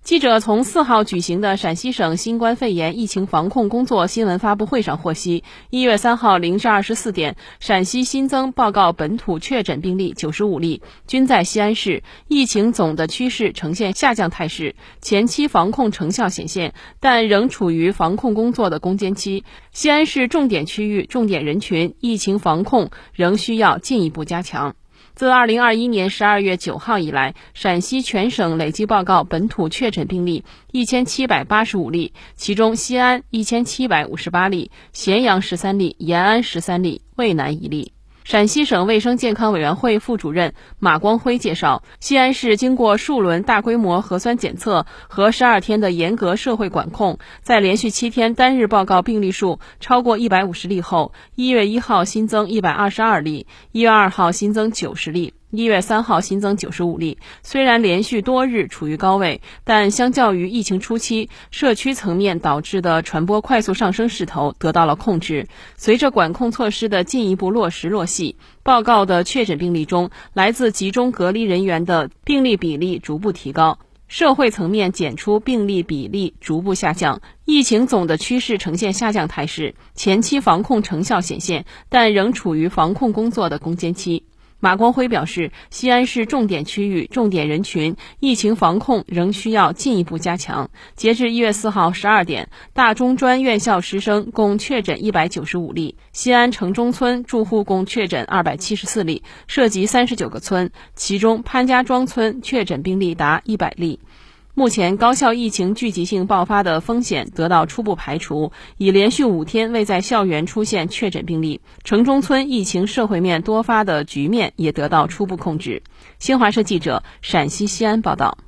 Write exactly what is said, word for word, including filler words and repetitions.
记者从四号举行的陕西省新冠肺炎疫情防控工作新闻发布会上获悉，一月三号零至二十四点，陕西新增报告本土确诊病例九十五例，均在西安市，疫情总的趋势呈现下降态势，前期防控成效显现，但仍处于防控工作的攻坚期。西安市重点区域、重点人群疫情防控仍需要进一步加强。自二零二一年十二月九号以来，陕西全省累计报告本土确诊病例一千七百八十五例，其中西安一千七百五十八例，咸阳十三例，延安十三例，渭南一例。陕西省卫生健康委员会副主任马光辉介绍，西安市经过数轮大规模核酸检测和十二天的严格社会管控，在连续七天单日报告病例数超过一百五十例后，一月一号新增一百二十二例，一月二号新增九十例，一月三号新增九十五例。虽然连续多日处于高位，但相较于疫情初期，社区层面导致的传播快速上升势头得到了控制。随着管控措施的进一步落实落细，报告的确诊病例中，来自集中隔离人员的病例比例逐步提高，社会层面检出病例比例逐步下降，疫情总的趋势呈现下降态势，前期防控成效显现，但仍处于防控工作的攻坚期。马光辉表示，西安市重点区域、重点人群疫情防控仍需要进一步加强。截至一月四号十二点，大中专院校师生共确诊一百九十五例，西安城中村住户共确诊二百七十四例，涉及三十九个村，其中潘家庄村确诊病例达一百例。目前高校疫情聚集性爆发的风险得到初步排除，已连续五天未在校园出现确诊病例，城中村疫情社会面多发的局面也得到初步控制。新华社记者陕西西安报道。